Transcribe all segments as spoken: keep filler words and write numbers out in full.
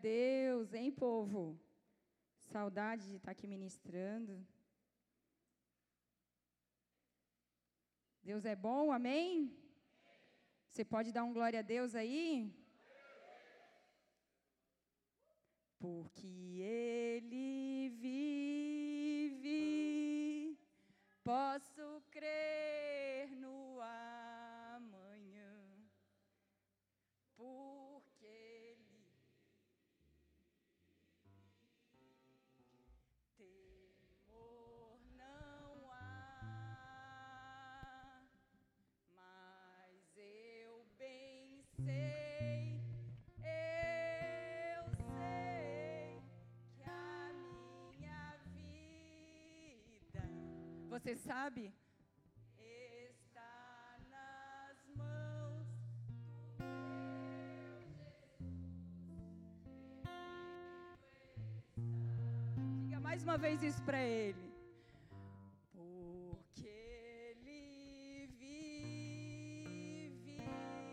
Deus, hein, povo? Saudade de estar aqui ministrando. Deus é bom, amém? Você pode dar um glória a Deus aí? Porque Ele vive, posso crer no amanhã. Porque Ele temor não há, mas eu bem sei, eu sei que a minha vida, você sabe, está nas mãos do meu Jesus. Diga mais uma vez isso para Ele. Porque Ele vive,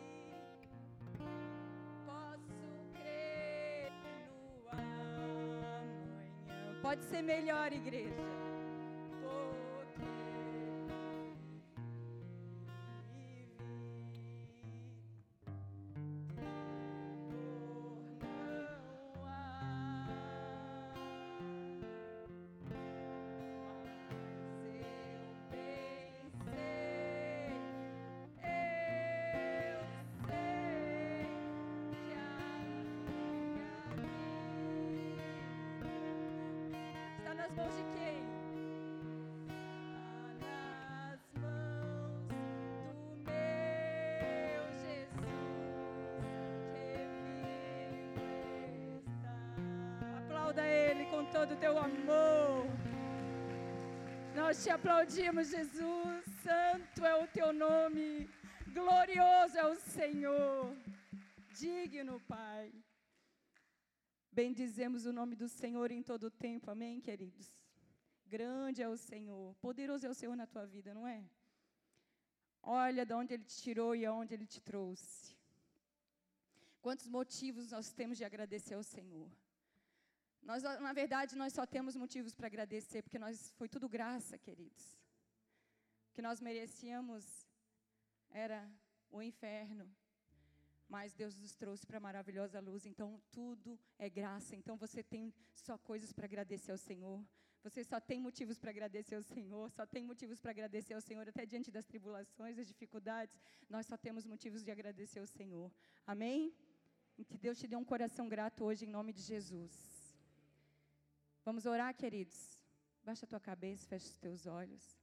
posso crer no amanhã. Pode ser melhor, igreja. Porque Ele vive, temor não há. Mas eu bem sei, eu sei que a minha vida está nas mãos de quem? Está nas mãos do meu Jesus, que vivo está. Aplauda Ele com todo o teu amor. Nós te aplaudimos, Jesus. Santo é o teu nome, glorioso é o Senhor, digno, Pai. Bendizemos o nome do Senhor em todo o tempo, amém, queridos? Grande é o Senhor, poderoso é o Senhor na tua vida, não é? Olha de onde Ele te tirou e aonde Ele te trouxe. Quantos motivos nós temos de agradecer ao Senhor. Nós, na verdade, nós só temos motivos para agradecer, porque nós, foi tudo graça, queridos. O que nós merecíamos era o inferno, mas Deus nos trouxe para a maravilhosa luz, então tudo é graça. Então você tem só coisas para agradecer ao Senhor, você só tem motivos para agradecer ao Senhor, só tem motivos para agradecer ao Senhor, até diante das tribulações, das dificuldades, nós só temos motivos de agradecer ao Senhor, amém? Que Deus te dê um coração grato hoje, em nome de Jesus. Vamos orar, queridos? Baixa a tua cabeça, fecha os teus olhos.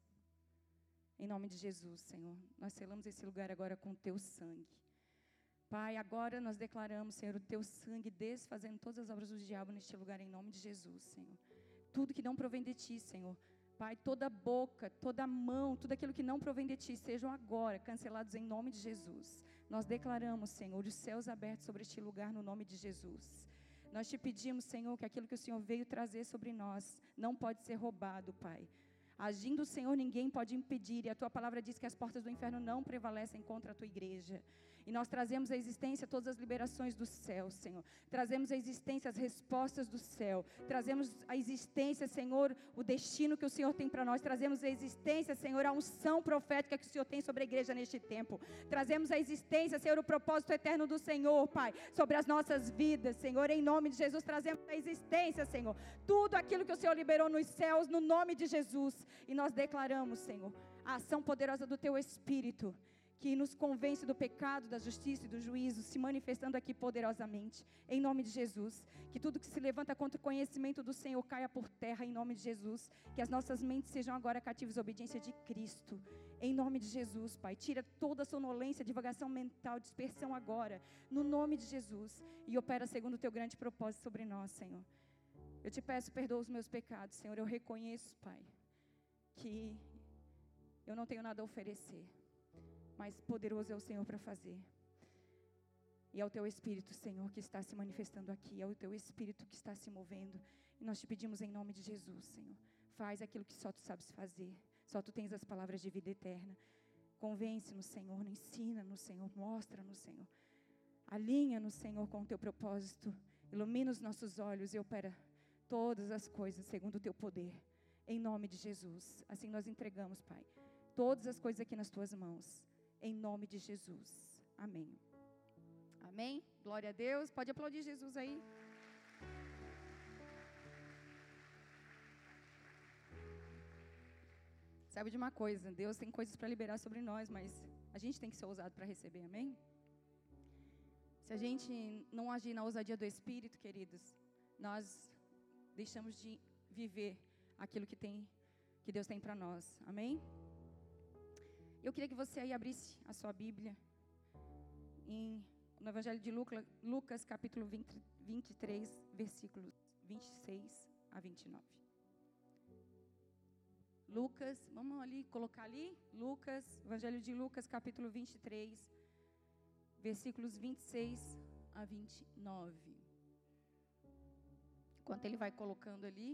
Em nome de Jesus, Senhor, nós selamos esse lugar agora com o teu sangue. Pai, agora nós declaramos, Senhor, o teu sangue desfazendo todas as obras do diabo neste lugar, em nome de Jesus, Senhor. Tudo que não provém de ti, Senhor. Pai, toda boca, toda mão, tudo aquilo que não provém de ti, sejam agora cancelados em nome de Jesus. Nós declaramos, Senhor, os céus abertos sobre este lugar no nome de Jesus. Nós te pedimos, Senhor, que aquilo que o Senhor veio trazer sobre nós não pode ser roubado, Pai. Agindo o Senhor, ninguém pode impedir, e a tua palavra diz que as portas do inferno não prevalecem contra a tua igreja. E nós trazemos à existência todas as liberações do céu, Senhor. Trazemos à existência as respostas do céu. Trazemos à existência, Senhor, o destino que o Senhor tem para nós. Trazemos à existência, Senhor, a unção profética que o Senhor tem sobre a igreja neste tempo. Trazemos à existência, Senhor, o propósito eterno do Senhor, Pai, sobre as nossas vidas, Senhor. Em nome de Jesus, trazemos à existência, Senhor, tudo aquilo que o Senhor liberou nos céus, no nome de Jesus. E nós declaramos, Senhor, a ação poderosa do Teu Espírito, que nos convence do pecado, da justiça e do juízo, se manifestando aqui poderosamente, em nome de Jesus. Que tudo que se levanta contra o conhecimento do Senhor caia por terra, em nome de Jesus. Que as nossas mentes sejam agora cativas à obediência de Cristo, em nome de Jesus, Pai. Tira toda a sonolência, divagação mental, dispersão agora, no nome de Jesus. E opera segundo o Teu grande propósito sobre nós, Senhor. Eu te peço, perdoa os meus pecados, Senhor. Eu reconheço, Pai, que eu não tenho nada a oferecer, mas poderoso é o Senhor para fazer. E é o Teu Espírito, Senhor, que está se manifestando aqui. É o Teu Espírito que está se movendo. E nós te pedimos em nome de Jesus, Senhor. Faz aquilo que só Tu sabes fazer. Só Tu tens as palavras de vida eterna. Convence-nos, Senhor. Ensina-nos, Senhor. Mostra-nos, Senhor. Alinha-nos, Senhor, com o Teu propósito. Ilumina os nossos olhos e opera todas as coisas segundo o teu poder. Em nome de Jesus. Assim nós entregamos, Pai, todas as coisas aqui nas tuas mãos. Em nome de Jesus. Amém. Amém? Glória a Deus. Pode aplaudir Jesus aí. Sabe de uma coisa, Deus tem coisas para liberar sobre nós, mas a gente tem que ser ousado para receber, amém? Se a gente não agir na ousadia do Espírito, queridos, nós deixamos de viver aquilo que, tem, que Deus tem para nós, amém? Eu queria que você aí abrisse a sua Bíblia em, no Evangelho de Lucas, Lucas capítulo vinte, vinte e três, versículos vinte e seis a vinte e nove. Lucas, vamos ali, colocar ali, Lucas, Evangelho de Lucas, capítulo vinte e três, versículos vinte e seis a vinte e nove. Enquanto ele vai colocando ali,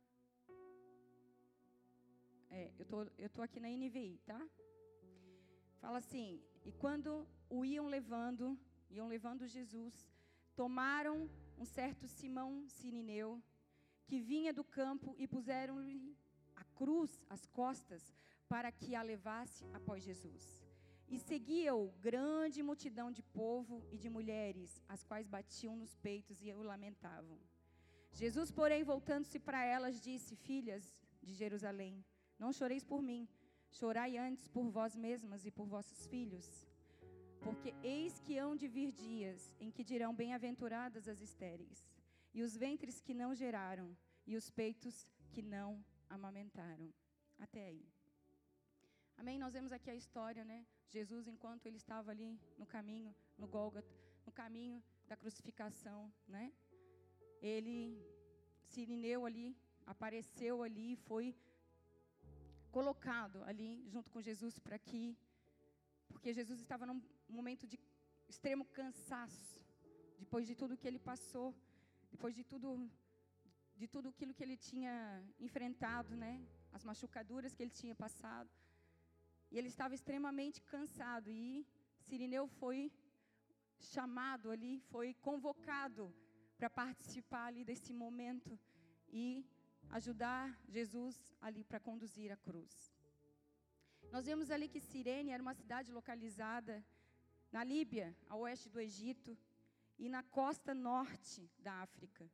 é, eu tô, eu tô aqui na N V I, tá? Fala assim, e quando o iam levando, iam levando Jesus, tomaram um certo Simão Sirineu, que vinha do campo, e puseram-lhe a cruz às costas, para que a levasse após Jesus. E seguia-o grande multidão de povo e de mulheres, as quais batiam nos peitos e o lamentavam. Jesus, porém, voltando-se para elas, disse: Filhas de Jerusalém, não choreis por mim, chorai antes por vós mesmas e por vossos filhos. Porque eis que hão de vir dias em que dirão: bem-aventuradas as estéreis, e os ventres que não geraram, e os peitos que não amamentaram. Até aí. Amém? Nós vemos aqui a história, né? Jesus, enquanto ele estava ali no caminho, no Gólgota, no caminho da crucificação, né? Ele, Sirineu ali, apareceu ali, foi colocado ali junto com Jesus para que, porque Jesus estava num momento de extremo cansaço, depois de tudo que ele passou, depois de tudo, de tudo aquilo que ele tinha enfrentado, né? As machucaduras que ele tinha passado. E ele estava extremamente cansado, e Sirineu foi chamado ali, foi convocado para participar ali desse momento e ajudar Jesus ali para conduzir a cruz. Nós vemos ali que Cirene era uma cidade localizada na Líbia, a oeste do Egito, e na costa norte da África.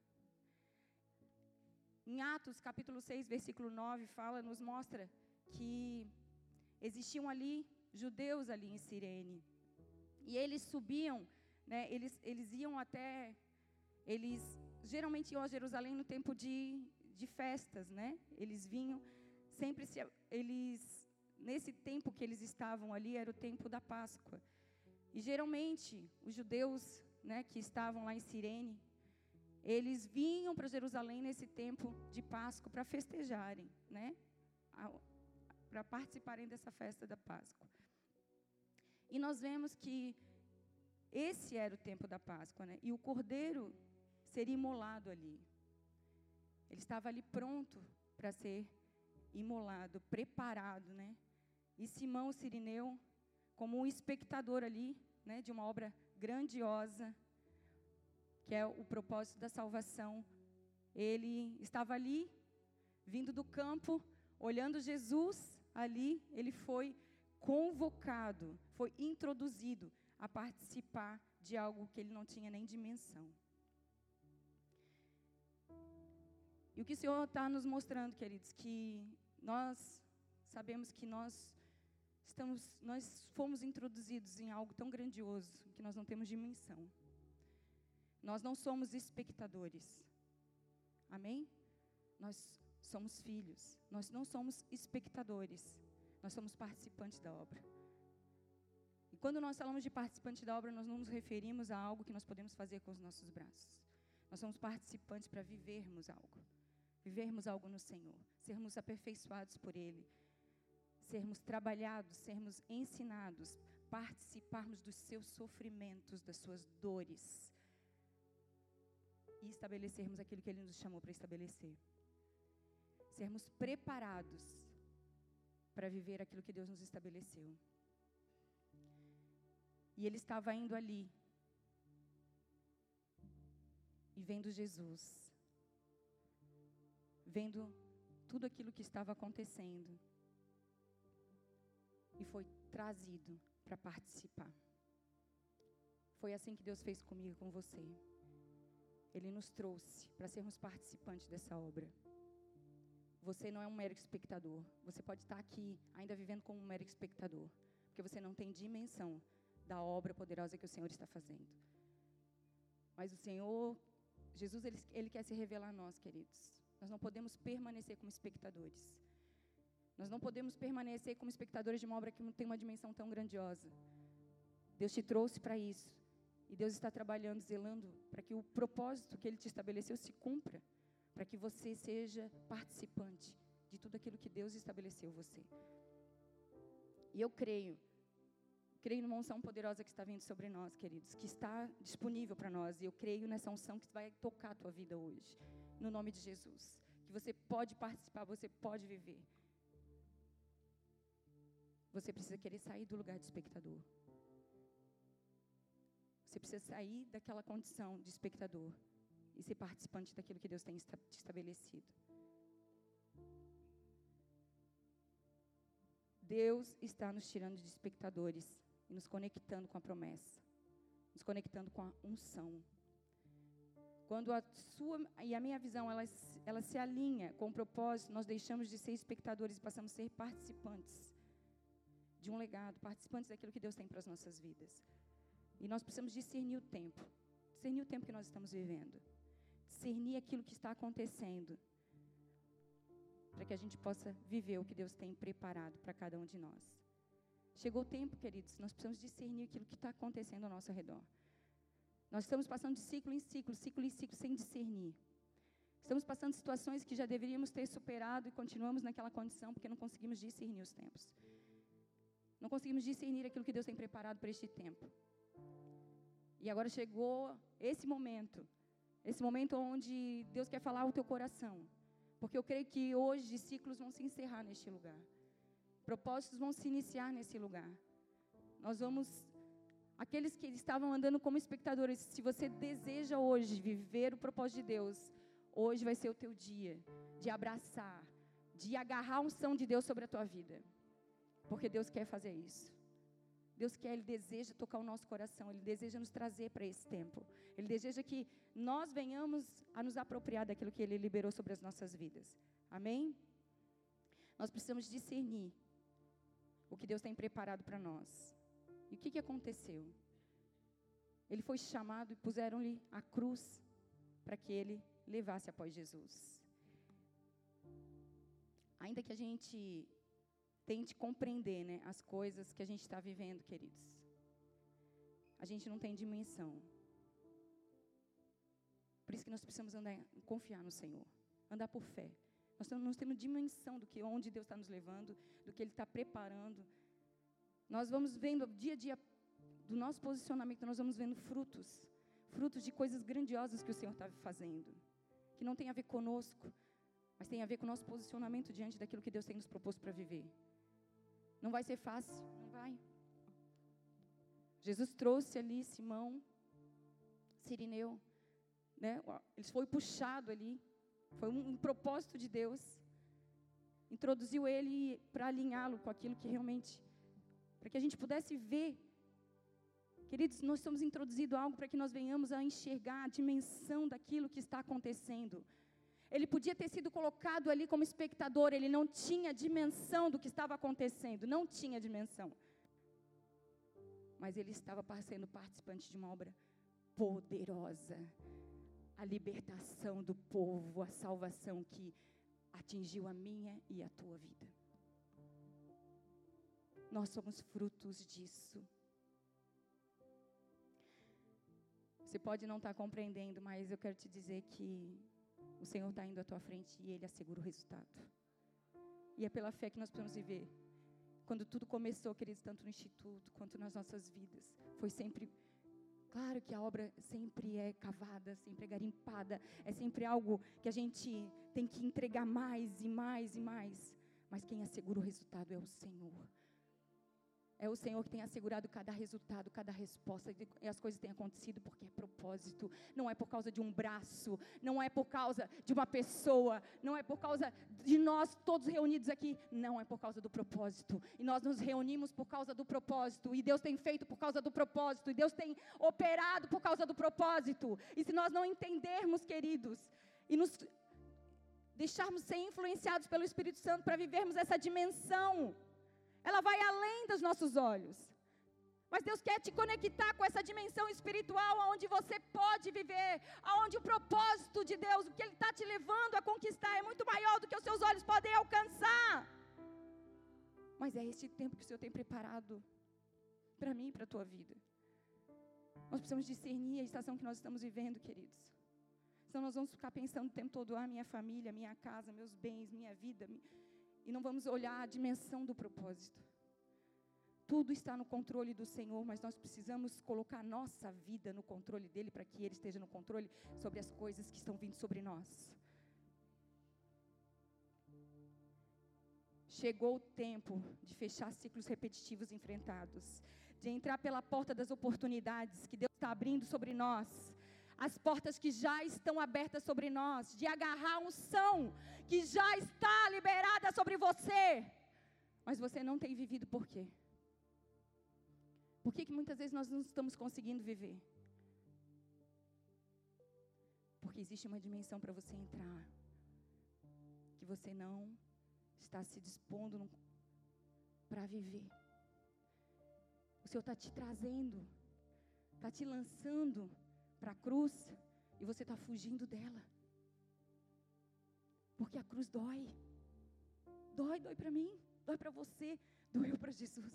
Em Atos, capítulo seis, versículo nove, fala, nos mostra que existiam ali judeus ali em Cirene. E eles subiam, né, eles, eles iam até, eles geralmente iam a Jerusalém no tempo de, de festas, né? Eles vinham, sempre se, eles, nesse tempo que eles estavam ali, era o tempo da Páscoa. E geralmente, os judeus, né, que estavam lá em Cirene, eles vinham para Jerusalém nesse tempo de Páscoa para festejarem, né? Para participarem dessa festa da Páscoa. E nós vemos que esse era o tempo da Páscoa, né? E o cordeiro seria imolado ali. Ele estava ali pronto para ser imolado, preparado, né? E Simão Sirineu, como um espectador ali, né, de uma obra grandiosa, que é o propósito da salvação, ele estava ali, vindo do campo, olhando Jesus ali, ele foi convocado, foi introduzido a participar de algo que ele não tinha nem dimensão. E o que o Senhor está nos mostrando, queridos, que nós sabemos que nós estamos, nós fomos introduzidos em algo tão grandioso que nós não temos dimensão. Nós não somos espectadores. Amém? Nós somos filhos. Nós não somos espectadores. Nós somos participantes da obra. E quando nós falamos de participante da obra, nós não nos referimos a algo que nós podemos fazer com os nossos braços. Nós somos participantes para vivermos algo. Vivermos algo no Senhor. Sermos aperfeiçoados por Ele. Sermos trabalhados, sermos ensinados. Participarmos dos seus sofrimentos, das suas dores. E estabelecermos aquilo que Ele nos chamou para estabelecer. Sermos preparados para viver aquilo que Deus nos estabeleceu. E ele estava indo ali, e vendo Jesus, vendo tudo aquilo que estava acontecendo, e foi trazido para participar. Foi assim que Deus fez comigo e com você. Ele nos trouxe para sermos participantes dessa obra. Você não é um mero espectador. Você pode estar aqui ainda vivendo como um mero espectador, porque você não tem dimensão da obra poderosa que o Senhor está fazendo. Mas o Senhor, Jesus, Ele, Ele quer se revelar a nós, queridos. Nós não podemos permanecer como espectadores. Nós não podemos permanecer como espectadores de uma obra que não tem uma dimensão tão grandiosa. Deus te trouxe para isso. E Deus está trabalhando, zelando, para que o propósito que Ele te estabeleceu se cumpra. Para que você seja participante de tudo aquilo que Deus estabeleceu você. E eu creio, creio numa unção poderosa que está vindo sobre nós, queridos, que está disponível para nós. E eu creio nessa unção que vai tocar a tua vida hoje. No nome de Jesus. Que você pode participar, você pode viver. Você precisa querer sair do lugar de espectador. Você precisa sair daquela condição de espectador e ser participante daquilo que Deus tem te estabelecido. Deus está nos tirando de espectadores e nos conectando com a promessa, nos conectando com a unção. Quando a sua e a minha visão, ela, ela se alinha com o propósito, nós deixamos de ser espectadores e passamos a ser participantes de um legado, participantes daquilo que Deus tem para as nossas vidas. E nós precisamos discernir o tempo, discernir o tempo que nós estamos vivendo, discernir aquilo que está acontecendo, para que a gente possa viver o que Deus tem preparado para cada um de nós. Chegou o tempo, queridos, nós precisamos discernir aquilo que está acontecendo ao nosso redor. Nós estamos passando de ciclo em ciclo, ciclo em ciclo, sem discernir. Estamos passando situações que já deveríamos ter superado e continuamos naquela condição porque não conseguimos discernir os tempos. Não conseguimos discernir aquilo que Deus tem preparado para este tempo. E agora chegou esse momento, esse momento onde Deus quer falar ao teu coração. Porque eu creio que hoje ciclos vão se encerrar neste lugar. Propósitos vão se iniciar nesse lugar. Nós vamos, aqueles que estavam andando como espectadores, se você deseja hoje viver o propósito de Deus, hoje vai ser o teu dia de abraçar, de agarrar a unção de Deus sobre a tua vida. Porque Deus quer fazer isso. Deus quer, Ele deseja tocar o nosso coração, Ele deseja nos trazer para esse tempo. Ele deseja que nós venhamos a nos apropriar daquilo que Ele liberou sobre as nossas vidas. Amém? Nós precisamos discernir o que Deus tem preparado para nós. E o que, que aconteceu? Ele foi chamado e puseram-lhe a cruz para que Ele levasse após Jesus. Ainda que a gente tente compreender, né, as coisas que a gente está vivendo, queridos. A gente não tem dimensão. Por isso que nós precisamos andar, confiar no Senhor. Andar por fé. Nós não temos dimensão do que, onde Deus está nos levando, do que Ele está preparando. Nós vamos vendo, dia a dia, do nosso posicionamento, nós vamos vendo frutos. Frutos de coisas grandiosas que o Senhor está fazendo. Que não tem a ver conosco, mas tem a ver com o nosso posicionamento diante daquilo que Deus tem nos proposto para viver. Não vai ser fácil, não vai. Jesus trouxe ali Simão, Cirineu, né? Ele foi puxado ali, foi um, um propósito de Deus. Introduziu ele para alinhá-lo com aquilo que realmente, para que a gente pudesse ver. Queridos, nós somos introduzidos a algo para que nós venhamos a enxergar a dimensão daquilo que está acontecendo. Ele podia ter sido colocado ali como espectador, ele não tinha dimensão do que estava acontecendo, não tinha dimensão. Mas ele estava sendo participante de uma obra poderosa. A libertação do povo, a salvação que atingiu a minha e a tua vida. Nós somos frutos disso. Você pode não estar compreendendo, mas eu quero te dizer que o Senhor está indo à tua frente e Ele assegura o resultado. E é pela fé que nós podemos viver. Quando tudo começou, queridos, tanto no Instituto quanto nas nossas vidas, foi sempre, claro que a obra sempre é cavada, sempre é garimpada, é sempre algo que a gente tem que entregar mais e mais e mais. Mas quem assegura o resultado é o Senhor. É o Senhor que tem assegurado cada resultado, cada resposta, e as coisas têm acontecido porque é propósito. Não é por causa de um braço, não é por causa de uma pessoa, não é por causa de nós todos reunidos aqui, não é por causa do propósito. E nós nos reunimos por causa do propósito, e Deus tem feito por causa do propósito, e Deus tem operado por causa do propósito. E se nós não entendermos, queridos, e nos deixarmos ser influenciados pelo Espírito Santo para vivermos essa dimensão, ela vai além dos nossos olhos. Mas Deus quer te conectar com essa dimensão espiritual, onde você pode viver, onde o propósito de Deus, o que Ele está te levando a conquistar, é muito maior do que os seus olhos podem alcançar. Mas é esse tempo que o Senhor tem preparado para mim e para a tua vida. Nós precisamos discernir a estação que nós estamos vivendo, queridos. Senão nós vamos ficar pensando o tempo todo, ah, minha família, minha casa, meus bens, minha vida, e não vamos olhar a dimensão do propósito. Tudo está no controle do Senhor, mas nós precisamos colocar a nossa vida no controle dEle, para que Ele esteja no controle sobre as coisas que estão vindo sobre nós. Chegou o tempo de fechar ciclos repetitivos enfrentados, de entrar pela porta das oportunidades que Deus está abrindo sobre nós, as portas que já estão abertas sobre nós, de agarrar a unção que já está liberada sobre você, mas você não tem vivido. Por quê? Por que que muitas vezes nós não estamos conseguindo viver? Porque existe uma dimensão para você entrar, que você não está se dispondo para viver. O Senhor está te trazendo, está te lançando para a cruz, e você está fugindo dela. Porque a cruz dói. Dói, dói para mim, dói para você, doeu para Jesus.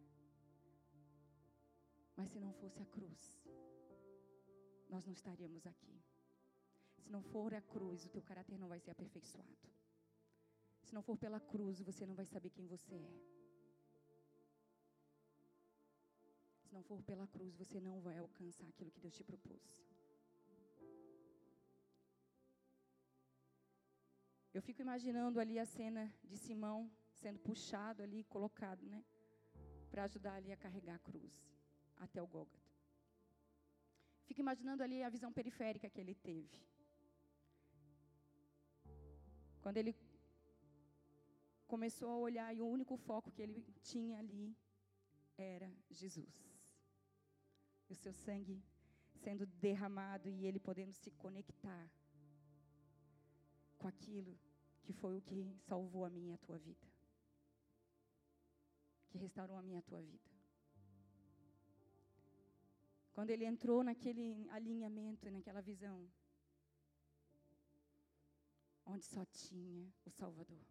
Mas se não fosse a cruz, nós não estaríamos aqui. Se não for a cruz, o teu caráter não vai ser aperfeiçoado. Se não for pela cruz, você não vai saber quem você é. Se não for pela cruz, você não vai alcançar aquilo que Deus te propôs. Eu fico imaginando ali a cena de Simão sendo puxado ali, colocado, né, para ajudar ali a carregar a cruz até o Gólgota. Fico imaginando ali a visão periférica que ele teve. Quando ele começou a olhar, e o único foco que ele tinha ali era Jesus. O seu sangue sendo derramado e ele podendo se conectar com aquilo que foi o que salvou a minha e a tua vida, que restaurou a minha e a tua vida. Quando ele entrou naquele alinhamento, naquela visão, onde só tinha o Salvador.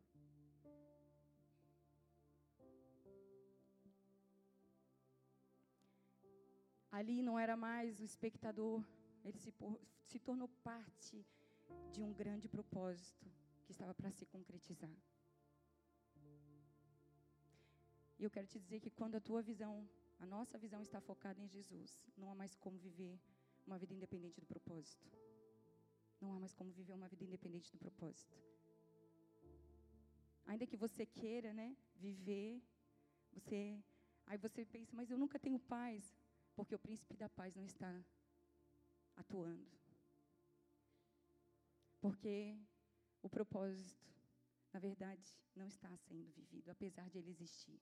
Ali não era mais o espectador, ele se, por, se tornou parte de um grande propósito que estava para se concretizar. E eu quero te dizer que quando a tua visão, a nossa visão está focada em Jesus, não há mais como viver uma vida independente do propósito. Não há mais como viver uma vida independente do propósito. Ainda que você queira, né, viver, você, aí você pensa, mas eu nunca tenho paz. Porque o príncipe da paz não está atuando. Porque o propósito, na verdade, não está sendo vivido, apesar de ele existir.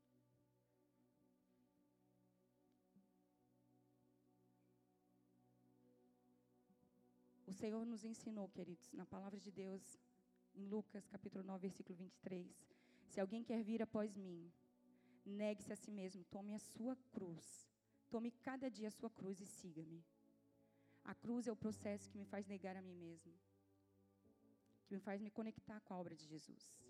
O Senhor nos ensinou, queridos, na palavra de Deus, em Lucas capítulo nove, versículo vinte e três. Se alguém quer vir após mim, negue-se a si mesmo, tome a sua cruz. Tome cada dia a sua cruz e siga-me. A cruz é o processo que me faz negar a mim mesmo, que me faz me conectar com a obra de Jesus.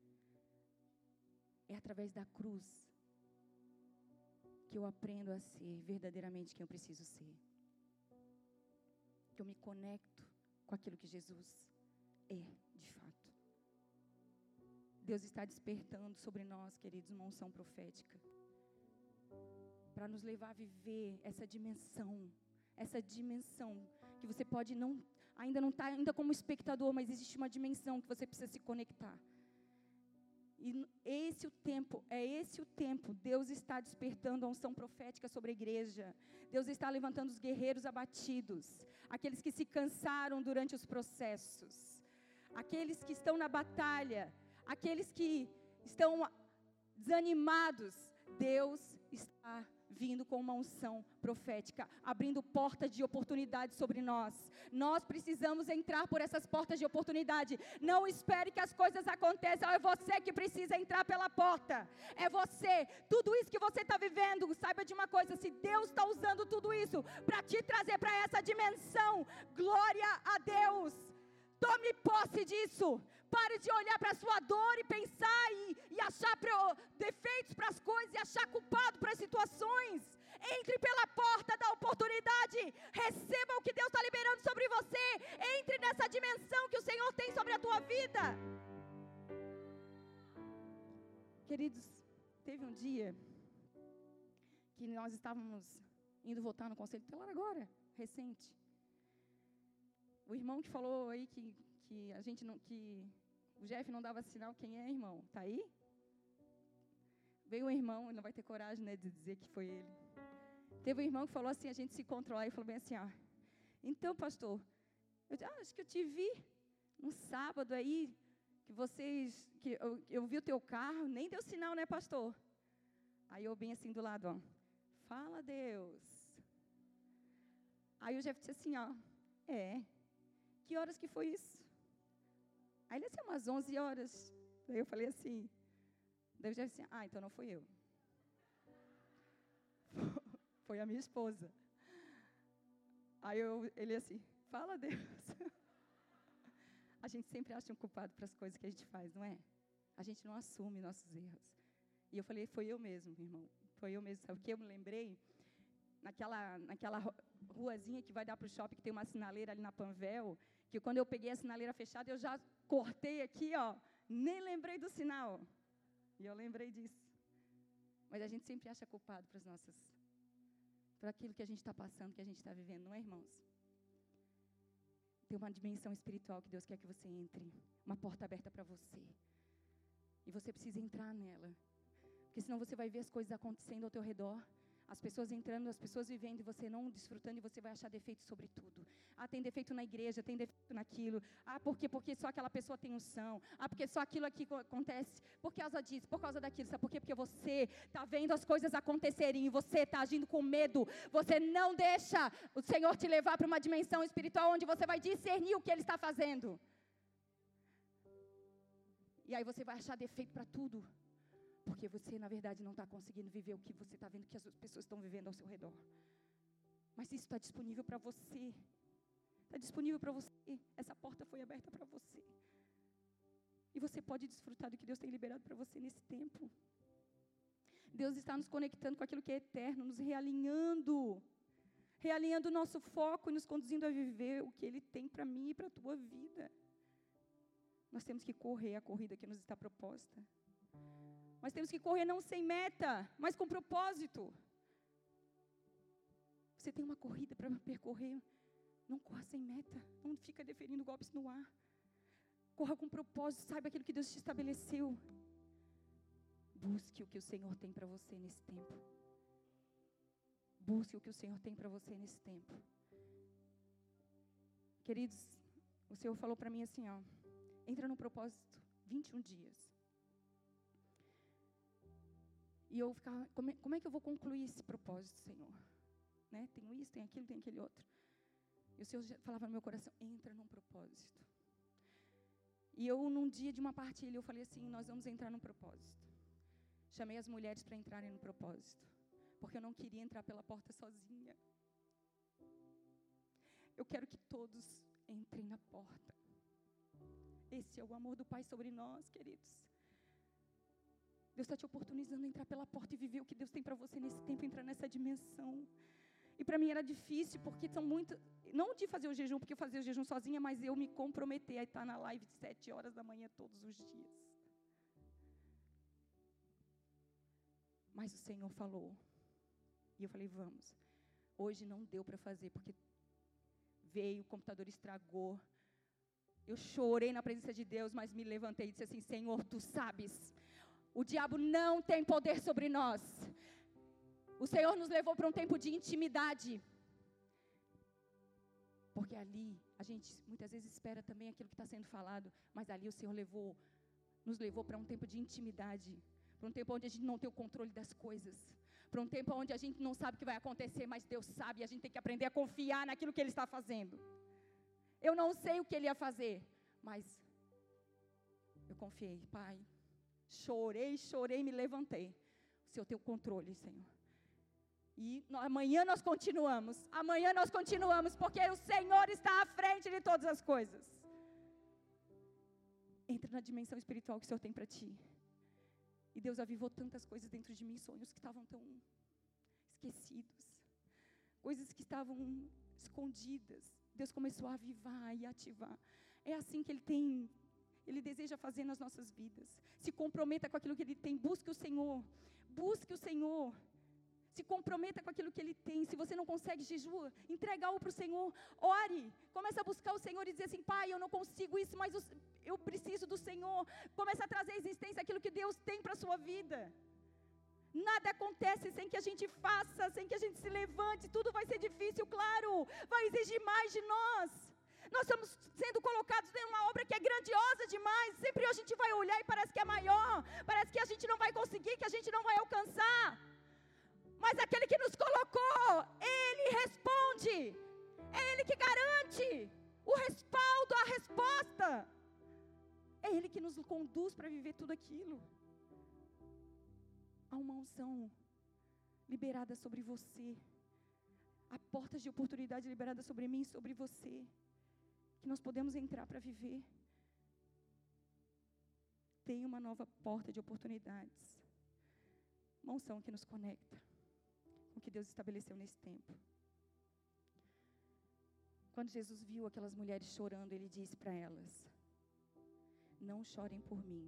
É através da cruz que eu aprendo a ser verdadeiramente quem eu preciso ser. Que eu me conecto com aquilo que Jesus é, de fato. Deus está despertando sobre nós, queridos, uma unção profética, para nos levar a viver essa dimensão, essa dimensão que você pode não, ainda não estar ainda como espectador, mas existe uma dimensão que você precisa se conectar. E esse o tempo, é esse o tempo. Deus está despertando a unção profética sobre a igreja. Deus está levantando os guerreiros abatidos, aqueles que se cansaram durante os processos, aqueles que estão na batalha, aqueles que estão desanimados. Deus está vindo com uma unção profética, abrindo portas de oportunidade sobre nós. Nós precisamos entrar por essas portas de oportunidade. Não espere que as coisas aconteçam, é você que precisa entrar pela porta. É você. Tudo isso que você está vivendo, saiba de uma coisa, se Deus está usando tudo isso para te trazer para essa dimensão, glória a Deus. Tome posse disso. Pare de olhar para a sua dor e pensar e, e achar pro, defeitos para as coisas e achar culpado para as situações. Entre pela porta da oportunidade. Receba o que Deus está liberando sobre você. Entre nessa dimensão que o Senhor tem sobre a tua vida. Queridos, teve um dia que nós estávamos indo votar no Conselho Tutelar agora, recente. O irmão que falou aí que, que a gente não, que o Jeff não dava sinal, quem é, irmão? Está aí? Veio um irmão, ele não vai ter coragem, né, de dizer que foi ele. Teve um irmão que falou assim, a gente se encontrou lá e falou bem assim, ó, então, pastor, eu ah, acho que eu te vi no sábado aí, que vocês, que eu, eu vi o teu carro, nem deu sinal, né, pastor? Aí eu bem assim do lado, ó, fala Deus. Aí o Jeff disse assim, ó, é, que horas que foi isso? Aí ele disse, umas onze horas. Daí eu falei assim, daí o Jeff disse, ah, então não fui eu. Foi a minha esposa. Aí eu, ele assim, fala Deus. A gente sempre acha um culpado para as coisas que a gente faz, não é? A gente não assume nossos erros. E eu falei, foi eu mesmo, irmão. Foi eu mesmo. Sabe o que eu me lembrei? Naquela, naquela ruazinha que vai dar para o shopping, que tem uma sinaleira ali na Panvel, que quando eu peguei a sinaleira fechada, eu já cortei aqui, ó, nem lembrei do sinal. E eu lembrei disso. Mas a gente sempre acha culpado para as nossas, para aquilo que a gente está passando, que a gente está vivendo, não é, irmãos? Tem uma dimensão espiritual que Deus quer que você entre, uma porta aberta para você. E você precisa entrar nela, porque senão você vai ver as coisas acontecendo ao teu redor, as pessoas entrando, as pessoas vivendo e você não desfrutando, e você vai achar defeito sobre tudo. Ah, tem defeito na igreja, tem defeito naquilo. Ah, por quê? Porque só aquela pessoa tem unção. Ah, porque só aquilo aqui acontece. Por causa disso, por causa daquilo. Sabe por quê? Porque você está vendo as coisas acontecerem e você está agindo com medo. Você não deixa o Senhor te levar para uma dimensão espiritual onde você vai discernir o que Ele está fazendo. E aí você vai achar defeito para tudo. Porque você, na verdade, não está conseguindo viver o que você está vendo que as pessoas estão vivendo ao seu redor. Mas isso está disponível para você. Está disponível para você. Essa porta foi aberta para você. E você pode desfrutar do que Deus tem liberado para você nesse tempo. Deus está nos conectando com aquilo que é eterno, nos realinhando. Realinhando o nosso foco e nos conduzindo a viver o que Ele tem para mim e para a tua vida. Nós temos que correr a corrida que nos está proposta. Nós temos que correr não sem meta, mas com propósito. Você tem uma corrida para percorrer, não corra sem meta, não fica deferindo golpes no ar. Corra com propósito, saiba aquilo que Deus te estabeleceu. Busque o que o Senhor tem para você nesse tempo. Busque o que o Senhor tem para você nesse tempo. Queridos, o Senhor falou para mim assim, ó, entra no propósito, vinte e um dias. E eu ficava, como é, como é que eu vou concluir esse propósito, Senhor? Né? Tenho isso, tem aquilo, tem aquele outro. E o Senhor falava no meu coração, entra num propósito. E eu, num dia de uma partilha, eu falei assim, nós vamos entrar num propósito. Chamei as mulheres para entrarem no propósito. Porque eu não queria entrar pela porta sozinha. Eu quero que todos entrem na porta. Esse é o amor do Pai sobre nós, queridos. Deus está te oportunizando a entrar pela porta e viver o que Deus tem para você nesse tempo, entrar nessa dimensão. E para mim era difícil, porque são muito... Não de fazer o jejum, porque eu fazia o jejum sozinha, mas eu me comprometer a estar na live de sete horas da manhã todos os dias. Mas o Senhor falou. E eu falei, vamos. Hoje não deu para fazer, porque veio, o computador estragou. Eu chorei na presença de Deus, mas me levantei e disse assim, Senhor, Tu sabes. O diabo não tem poder sobre nós. O Senhor nos levou para um tempo de intimidade. Porque ali, a gente muitas vezes espera também aquilo que está sendo falado, mas ali o Senhor levou, nos levou para um tempo de intimidade, para um tempo onde a gente não tem o controle das coisas, para um tempo onde a gente não sabe o que vai acontecer, mas Deus sabe, e a gente tem que aprender a confiar naquilo que Ele está fazendo. Eu não sei o que Ele ia fazer, mas eu confiei, Pai, chorei, chorei, me levantei. O Senhor tem o controle, Senhor. E amanhã nós continuamos, amanhã nós continuamos, porque o Senhor está à frente de todas as coisas. Entra na dimensão espiritual que o Senhor tem para ti. E Deus avivou tantas coisas dentro de mim, sonhos que estavam tão esquecidos, coisas que estavam escondidas. Deus começou a avivar e ativar. É assim que Ele tem, Ele deseja fazer nas nossas vidas. Se comprometa com aquilo que Ele tem, busque o Senhor, busque o Senhor. Se comprometa com aquilo que Ele tem. Se você não consegue, jejua, entrega algo para o Senhor, ore, comece a buscar o Senhor e dizer assim, Pai, eu não consigo isso, mas eu preciso do Senhor. Comece a trazer à existência aquilo que Deus tem para a sua vida. Nada acontece sem que a gente faça, sem que a gente se levante, tudo vai ser difícil, claro, vai exigir mais de nós. Nós estamos sendo colocados em uma obra que é grandiosa demais, sempre a gente vai olhar e parece que é maior, parece que a gente não vai conseguir, que a gente não vai alcançar. Mas aquele que nos colocou, Ele responde, é Ele que garante o respaldo, a resposta. É Ele que nos conduz para viver tudo aquilo. Há uma unção liberada sobre você, há portas de oportunidade liberadas sobre mim e sobre você, que nós podemos entrar para viver. Tem uma nova porta de oportunidades, uma unção que nos conecta com o que Deus estabeleceu nesse tempo. Quando Jesus viu aquelas mulheres chorando, Ele disse para elas, não chorem por mim,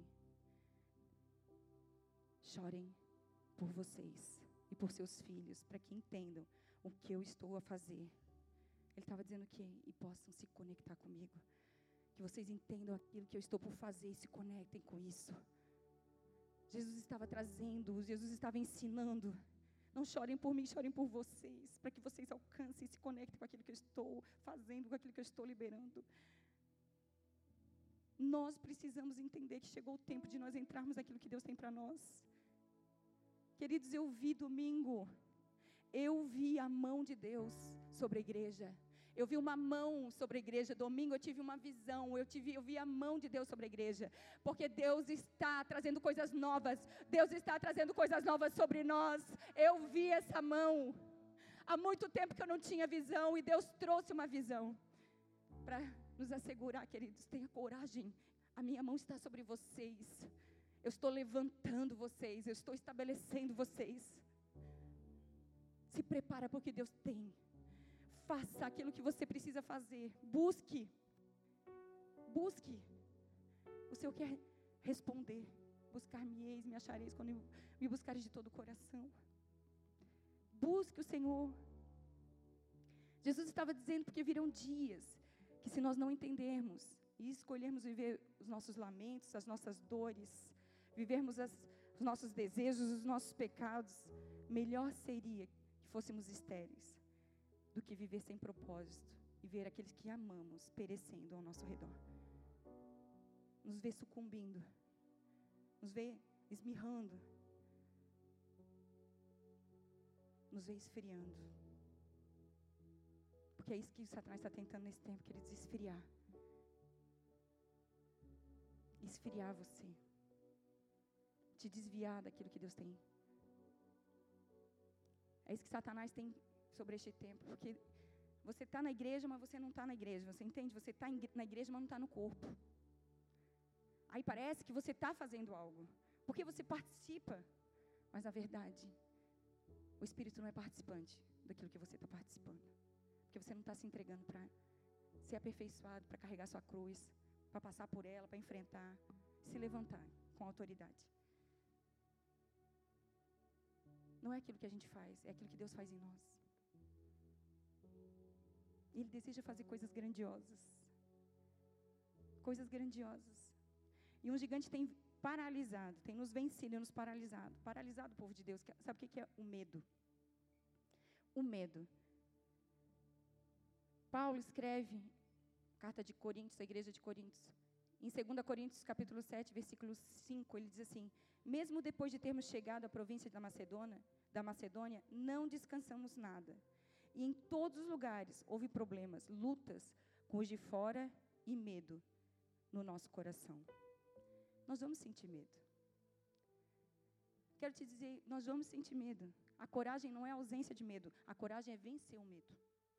chorem por vocês e por seus filhos, para que entendam o que eu estou a fazer. Ele estava dizendo que, e possam se conectar comigo, que vocês entendam aquilo que eu estou por fazer e se conectem com isso. Jesus estava trazendo, Jesus estava ensinando, não chorem por mim, chorem por vocês, para que vocês alcancem e se conectem com aquilo que eu estou fazendo, com aquilo que eu estou liberando. Nós precisamos entender que chegou o tempo de nós entrarmos naquilo que Deus tem para nós. Queridos, eu vi domingo, eu vi a mão de Deus sobre a igreja. Eu vi uma mão sobre a igreja. Domingo eu tive uma visão, eu, tive, eu vi a mão de Deus sobre a igreja. Porque Deus está trazendo coisas novas. Deus está trazendo coisas novas sobre nós. Eu vi essa mão. Há muito tempo que eu não tinha visão e Deus trouxe uma visão. Para nos assegurar, queridos, tenha coragem. A minha mão está sobre vocês. Eu estou levantando vocês, eu estou estabelecendo vocês. Se prepara para o que Deus tem. Faça aquilo que você precisa fazer. Busque. Busque. O Senhor quer responder. Buscar-me-eis, me achareis quando me buscares de todo o coração. Busque o Senhor. Jesus estava dizendo porque virão dias que se nós não entendermos e escolhermos viver os nossos lamentos, as nossas dores, vivermos as, os nossos desejos, os nossos pecados, melhor seria que fôssemos estéreis do que viver sem propósito e ver aqueles que amamos perecendo ao nosso redor. Nos ver sucumbindo, nos ver esmirrando, nos ver esfriando. Porque é isso que o Satanás está tentando nesse tempo, queridos, esfriar. Esfriar você. Te desviar daquilo que Deus tem. É isso que Satanás tem sobre este tempo, porque você está na igreja, mas você não está na igreja, você entende? Você está na igreja, mas não está no corpo. Aí parece que você está fazendo algo, porque você participa, mas na verdade, o Espírito não é participante daquilo que você está participando, porque você não está se entregando para ser aperfeiçoado, para carregar sua cruz, para passar por ela, para enfrentar, se levantar com autoridade. Não é aquilo que a gente faz, é aquilo que Deus faz em nós. Ele deseja fazer coisas grandiosas. Coisas grandiosas. E um gigante tem paralisado, tem nos vencido e nos paralisado. Paralisado, povo de Deus. Sabe o que é o medo? O medo. Paulo escreve, carta de Coríntios, a igreja de Coríntios, em dois Coríntios, capítulo sete, versículo cinco, ele diz assim: mesmo depois de termos chegado à província da Macedônia, da Macedônia, não descansamos nada. E em todos os lugares houve problemas, lutas com os de fora e medo no nosso coração. Nós vamos sentir medo. Quero te dizer, nós vamos sentir medo. A coragem não é a ausência de medo, a coragem é vencer o medo.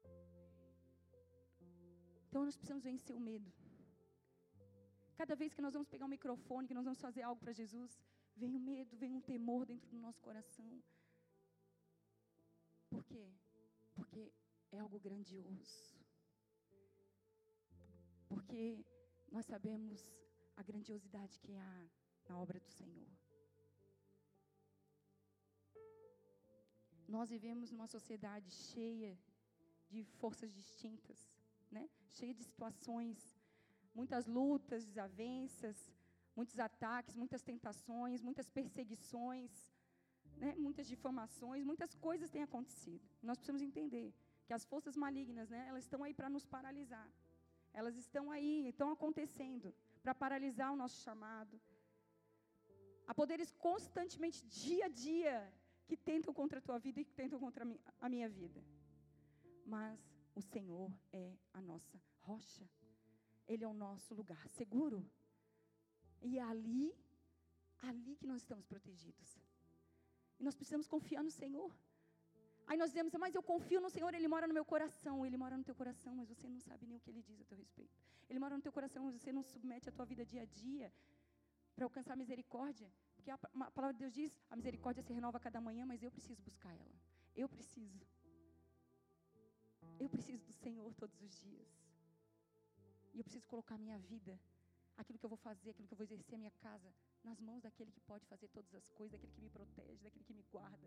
Então nós precisamos vencer o medo. Cada vez que nós vamos pegar um microfone, que nós vamos fazer algo para Jesus, vem o medo, vem um temor dentro do nosso coração. Por quê? Porque é algo grandioso. Porque nós sabemos a grandiosidade que há na obra do Senhor. Nós vivemos numa sociedade cheia de forças distintas, né? Cheia de situações, muitas lutas, desavenças, muitos ataques, muitas tentações, muitas perseguições, né? Muitas difamações, muitas coisas têm acontecido. Nós precisamos entender que as forças malignas, né, elas estão aí para nos paralisar. Elas estão aí, estão acontecendo para paralisar o nosso chamado. Há poderes constantemente, dia a dia, que tentam contra a tua vida e que tentam contra a, mi, a minha vida. Mas o Senhor é a nossa rocha. Ele é o nosso lugar seguro. E é ali, ali que nós estamos protegidos. E nós precisamos confiar no Senhor. Aí nós dizemos, mas eu confio no Senhor, Ele mora no meu coração. Ele mora no teu coração, mas você não sabe nem o que Ele diz a teu respeito. Ele mora no teu coração, mas você não submete a tua vida dia a dia para alcançar misericórdia. Porque a, a palavra de Deus diz, a misericórdia se renova a cada manhã, mas eu preciso buscar ela. Eu preciso. Eu preciso do Senhor todos os dias. E eu preciso colocar a minha vida, aquilo que eu vou fazer, aquilo que eu vou exercer a minha casa, nas mãos daquele que pode fazer todas as coisas, daquele que me protege, daquele que me guarda.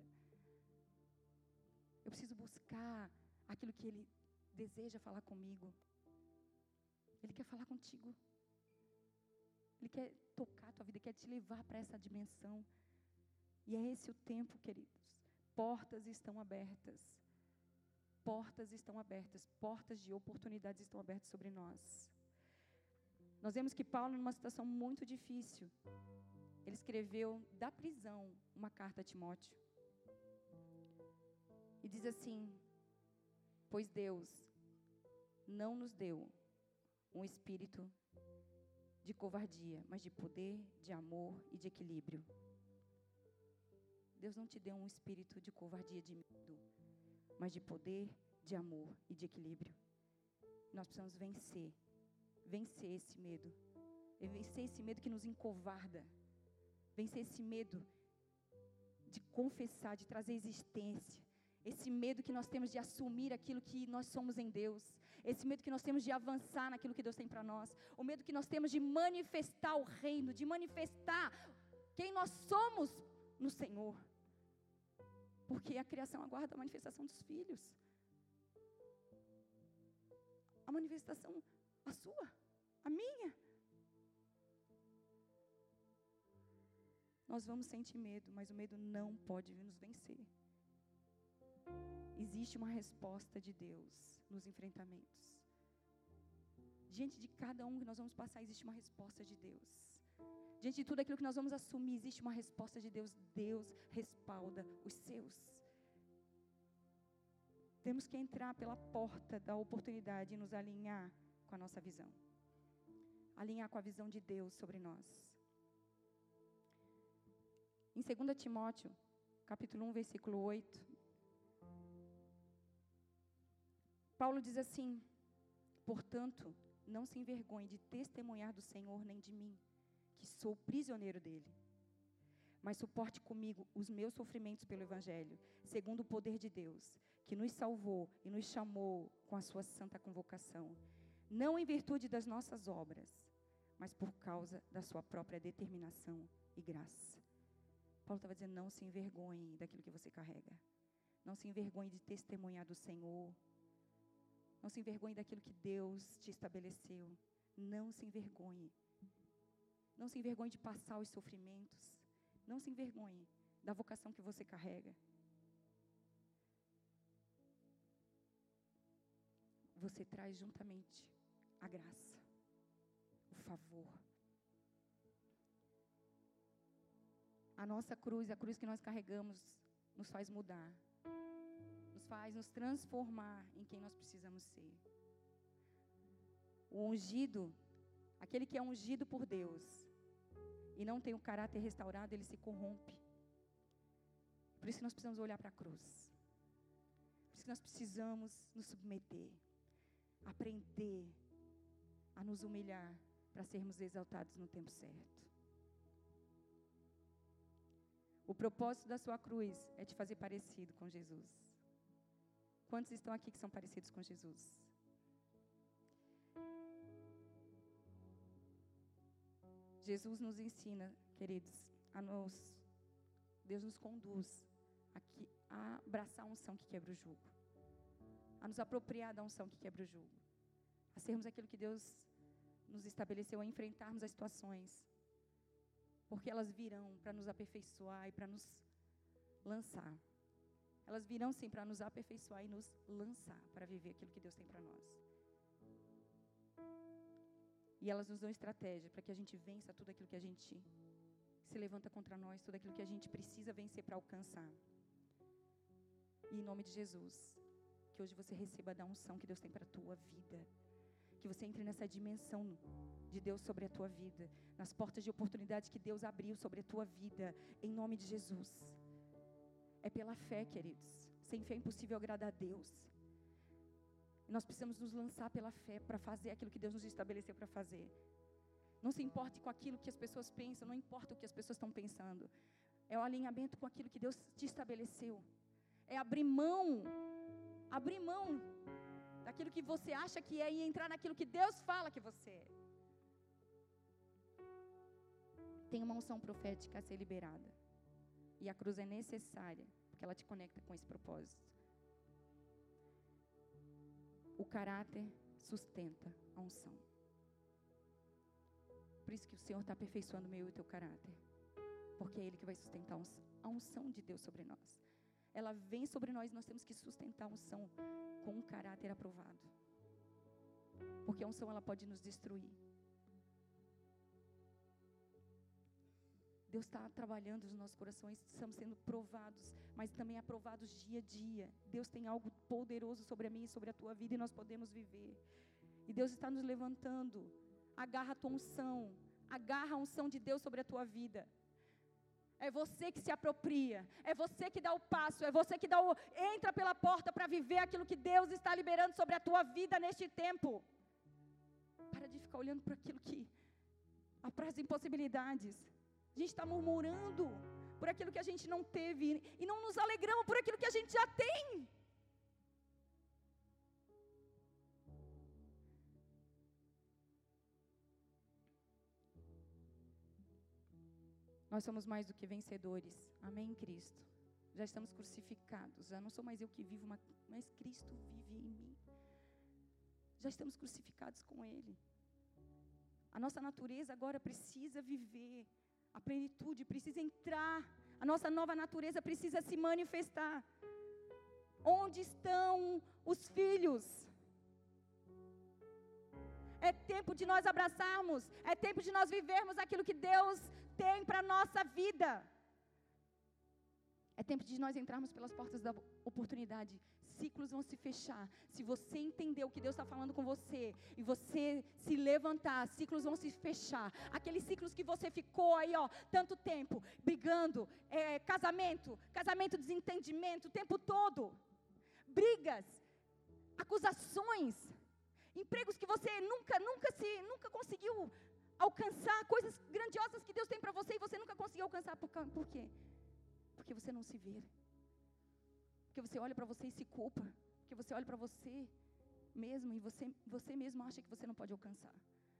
Eu preciso buscar aquilo que Ele deseja falar comigo. Ele quer falar contigo. Ele quer tocar a tua vida, quer te levar para essa dimensão. E é esse o tempo, queridos. Portas estão abertas. Portas estão abertas. Portas de oportunidades estão abertas sobre nós. Nós vemos que Paulo, numa situação muito difícil, ele escreveu da prisão uma carta a Timóteo. E diz assim: pois Deus não nos deu um espírito de covardia, mas de poder, de amor e de equilíbrio. Deus não te deu um espírito de covardia, de medo, mas de poder, de amor e de equilíbrio. Nós precisamos vencer, vencer esse medo, vencer esse medo que nos encovarda, vencer esse medo de confessar, de trazer existência, esse medo que nós temos de assumir aquilo que nós somos em Deus, esse medo que nós temos de avançar naquilo que Deus tem para nós, o medo que nós temos de manifestar o reino, de manifestar quem nós somos no Senhor. Porque a criação aguarda a manifestação dos filhos. A manifestação, a sua, a minha. Nós vamos sentir medo, mas o medo não pode nos vencer. Existe uma resposta de Deus nos enfrentamentos. Diante de cada um que nós vamos passar, existe uma resposta de Deus. Diante de tudo aquilo que nós vamos assumir, existe uma resposta de Deus. Deus respalda os seus. Temos que entrar pela porta da oportunidade e nos alinhar com a nossa visão. Alinhar com a visão de Deus sobre nós. Em dois Timóteo, capítulo um, versículo oito, Paulo diz assim: portanto, não se envergonhe de testemunhar do Senhor nem de mim, que sou prisioneiro dele. Mas suporte comigo os meus sofrimentos pelo Evangelho, segundo o poder de Deus, que nos salvou e nos chamou com a sua santa convocação, não em virtude das nossas obras, mas por causa da sua própria determinação e graça. Paulo estava dizendo, não se envergonhe daquilo que você carrega. Não se envergonhe de testemunhar do Senhor. Não se envergonhe daquilo que Deus te estabeleceu. Não se envergonhe. Não se envergonhe de passar os sofrimentos. Não se envergonhe da vocação que você carrega. Você traz juntamente a graça, o favor. A nossa cruz, a cruz que nós carregamos, nos faz mudar. Nos faz nos transformar em quem nós precisamos ser. O ungido, aquele que é ungido por Deus e não tem o caráter restaurado, ele se corrompe. Por isso nós precisamos olhar para a cruz. Por isso que nós precisamos nos submeter, aprender a nos humilhar para sermos exaltados no tempo certo. O propósito da sua cruz é te fazer parecido com Jesus. Quantos estão aqui que são parecidos com Jesus? Jesus nos ensina, queridos, a nos, Deus nos conduz aqui a abraçar a unção que quebra o jugo, a nos apropriar da unção que quebra o jugo, a sermos aquilo que Deus nos estabeleceu, a enfrentarmos as situações, porque elas virão para nos aperfeiçoar e para nos lançar. Elas virão sim para nos aperfeiçoar e nos lançar para viver aquilo que Deus tem para nós. E elas nos dão estratégia para que a gente vença tudo aquilo que a gente se levanta contra nós, tudo aquilo que a gente precisa vencer para alcançar. E em nome de Jesus, que hoje você receba da unção que Deus tem para a tua vida. Que você entre nessa dimensão de Deus sobre a tua vida, nas portas de oportunidades que Deus abriu sobre a tua vida, em nome de Jesus. É pela fé, queridos. Sem fé é impossível agradar a Deus. Nós precisamos nos lançar pela fé para fazer aquilo que Deus nos estabeleceu para fazer. Não se importe com aquilo que as pessoas pensam, não importa o que as pessoas estão pensando. É o alinhamento com aquilo que Deus te estabeleceu. É abrir mão, abrir mão daquilo que você acha que é e entrar naquilo que Deus fala que você é. Tem uma unção profética a ser liberada. E a cruz é necessária, porque ela te conecta com esse propósito. O caráter sustenta a unção. Por isso que o Senhor está aperfeiçoando o meu e o teu caráter. Porque é Ele que vai sustentar a unção de Deus sobre nós. Ela vem sobre nós e nós temos que sustentar a unção com um caráter aprovado. Porque a unção ela pode nos destruir. Deus está trabalhando nos nossos corações, estamos sendo provados, mas também aprovados dia a dia. Deus tem algo poderoso sobre a minha e sobre a tua vida e nós podemos viver. E Deus está nos levantando. Agarra a tua unção, agarra a unção de Deus sobre a tua vida. É você que se apropria, é você que dá o passo, é você que dá o, entra pela porta para viver aquilo que Deus está liberando sobre a tua vida neste tempo. Para de ficar olhando para aquilo que, para as impossibilidades. A gente está murmurando por aquilo que a gente não teve e não nos alegramos por aquilo que a gente já tem. Nós somos mais do que vencedores, amém, em Cristo. Já estamos crucificados, já não sou mais eu que vivo, mas Cristo vive em mim. Já estamos crucificados com Ele. A nossa natureza agora precisa viver a plenitude, precisa entrar. A nossa nova natureza precisa se manifestar. Onde estão os filhos? É tempo de nós abraçarmos, é tempo de nós vivermos aquilo que Deus tem para a nossa vida. É tempo de nós entrarmos pelas portas da oportunidade. Ciclos vão se fechar. Se você entender o que Deus está falando com você e você se levantar, ciclos vão se fechar. Aqueles ciclos que você ficou aí, ó, tanto tempo, brigando, é, casamento, casamento, desentendimento, o tempo todo. Brigas, acusações, empregos que você nunca, nunca se, nunca conseguiu alcançar, coisas grandiosas que Deus tem para você e você nunca conseguiu alcançar. Por, por quê? Porque você não se vê. Porque você olha para você e se culpa. Porque você olha para você mesmo e você, você mesmo acha que você não pode alcançar.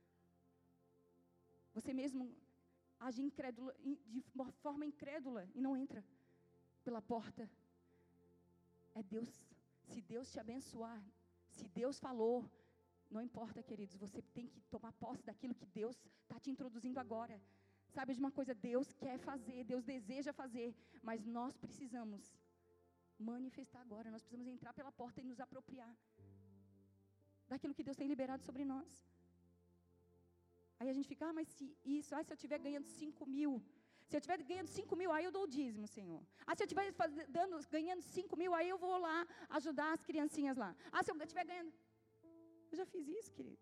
Você mesmo age incrédula, de forma incrédula e não entra pela porta. É Deus. Se Deus te abençoar, se Deus falou, não importa, queridos, você tem que tomar posse daquilo que Deus está está te introduzindo agora. Sabe de uma coisa? Deus quer fazer, Deus deseja fazer, mas nós precisamos manifestar agora. Nós precisamos entrar pela porta e nos apropriar daquilo que Deus tem liberado sobre nós. Aí a gente fica, ah, mas se isso, ah, se eu estiver ganhando cinco mil, se eu estiver ganhando cinco mil, aí eu dou o dízimo, Senhor. Ah, se eu estiver dando, ganhando cinco mil, aí eu vou lá ajudar as criancinhas lá. Ah, se eu estiver ganhando... Eu já fiz isso, queridos.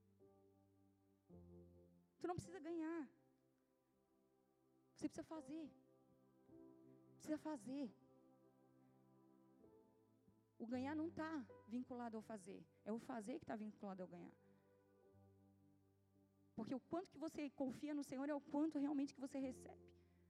Tu não precisa ganhar. Você precisa fazer. Precisa fazer. O ganhar não está vinculado ao fazer. É o fazer que está vinculado ao ganhar. Porque o quanto que você confia no Senhor é o quanto realmente que você recebe.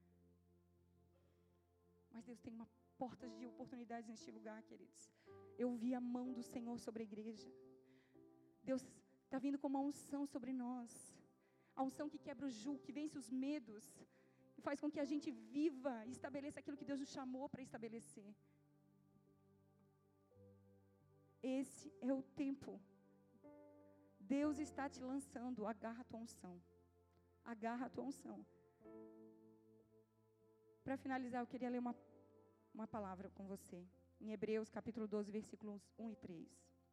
Mas Deus tem uma porta de oportunidades neste lugar, queridos. Eu vi a mão do Senhor sobre a igreja. Deus está vindo com uma unção sobre nós. A unção que quebra o jugo, que vence os medos. E faz com que a gente viva e estabeleça aquilo que Deus nos chamou para estabelecer. Esse é o tempo. Deus está te lançando, agarra a tua unção. Agarra a tua unção. Para finalizar, eu queria ler uma, uma palavra com você. Em Hebreus, capítulo doze, versículos um e três.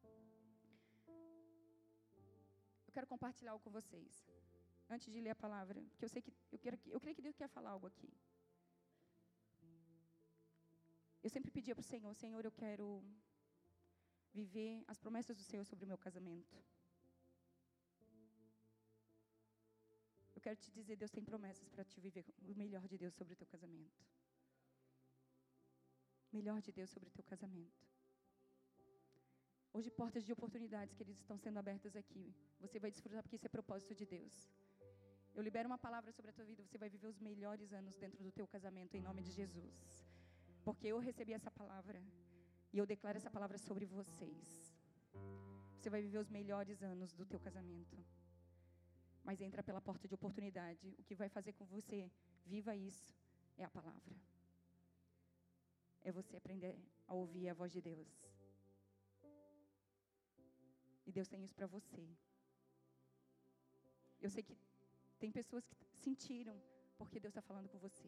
Eu quero compartilhar algo com vocês. Antes de ler a palavra, porque eu sei que eu, quero, eu creio que Deus quer falar algo aqui. Eu sempre pedia para o Senhor, Senhor, eu quero viver as promessas do Senhor sobre o meu casamento. Eu quero te dizer, Deus tem promessas para te viver o melhor de Deus sobre o teu casamento. Melhor de Deus sobre o teu casamento. Hoje portas de oportunidades, queridos, estão sendo abertas aqui. Você vai desfrutar porque isso é propósito de Deus. Eu libero uma palavra sobre a tua vida, você vai viver os melhores anos dentro do teu casamento, em nome de Jesus. Porque eu recebi essa palavra, e eu declaro essa palavra sobre vocês. Você vai viver os melhores anos do teu casamento. Mas entra pela porta de oportunidade. O que vai fazer com que você viva isso é a palavra. É você aprender a ouvir a voz de Deus. E Deus tem isso para você. Eu sei que tem pessoas que sentiram, porque Deus está falando com você.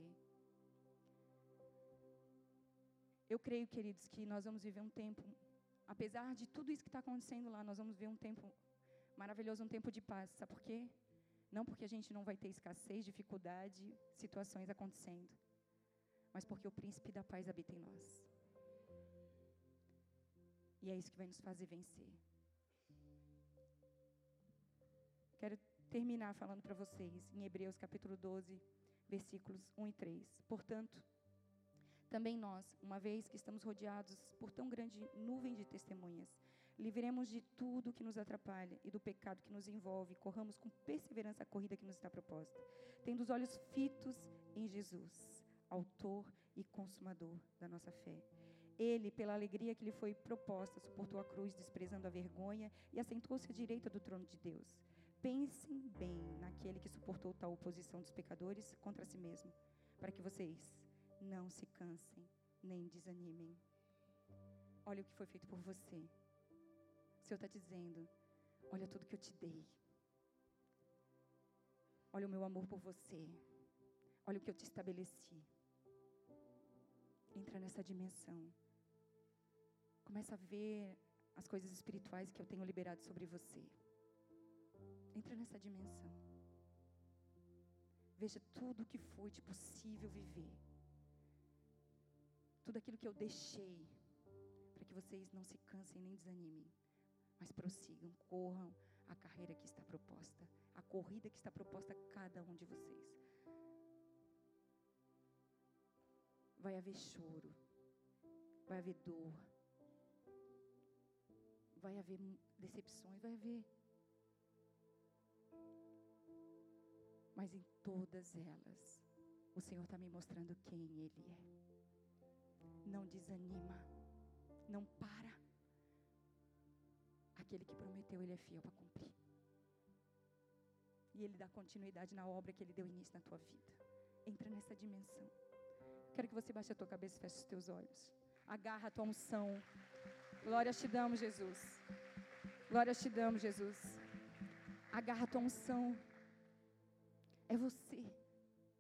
Eu creio, queridos, que nós vamos viver um tempo, apesar de tudo isso que está acontecendo lá, nós vamos ver um tempo maravilhoso, um tempo de paz. Sabe por quê? Não porque a gente não vai ter escassez, dificuldade, situações acontecendo, mas porque o príncipe da paz habita em nós. E é isso que vai nos fazer vencer. Quero terminar falando para vocês, em Hebreus capítulo doze, versículos um e três. Portanto, também nós, uma vez que estamos rodeados por tão grande nuvem de testemunhas, livremos de tudo que nos atrapalha e do pecado que nos envolve, corramos com perseverança a corrida que nos está proposta, tendo os olhos fitos em Jesus, autor e consumador da nossa fé. Ele, pela alegria que lhe foi proposta, suportou a cruz, desprezando a vergonha, e assentou-se à direita do trono de Deus. Pensem bem naquele que suportou tal oposição dos pecadores contra si mesmo, para que vocês não se cansem, nem desanimem. Olha o que foi feito por você. O Senhor está dizendo, olha tudo que eu te dei. Olha o meu amor por você. Olha o que eu te estabeleci. Entra nessa dimensão. Começa a ver as coisas espirituais que eu tenho liberado sobre você. Entra nessa dimensão. Veja tudo o que foi de possível viver. Tudo aquilo que eu deixei, para que vocês não se cansem nem desanimem, mas prossigam, corram a carreira que está proposta, a corrida que está proposta a cada um de vocês. Vai haver choro, vai haver dor, vai haver decepções, vai haver. Mas em todas elas, o Senhor está me mostrando quem Ele é. Não desanima, não para. Aquele que prometeu, Ele é fiel para cumprir. E Ele dá continuidade na obra que Ele deu início na tua vida. Entra nessa dimensão. Quero que você baixe a tua cabeça e feche os teus olhos. Agarra a tua unção. Glórias te damos, Jesus. Glórias te damos, Jesus. Agarra a tua unção. É você.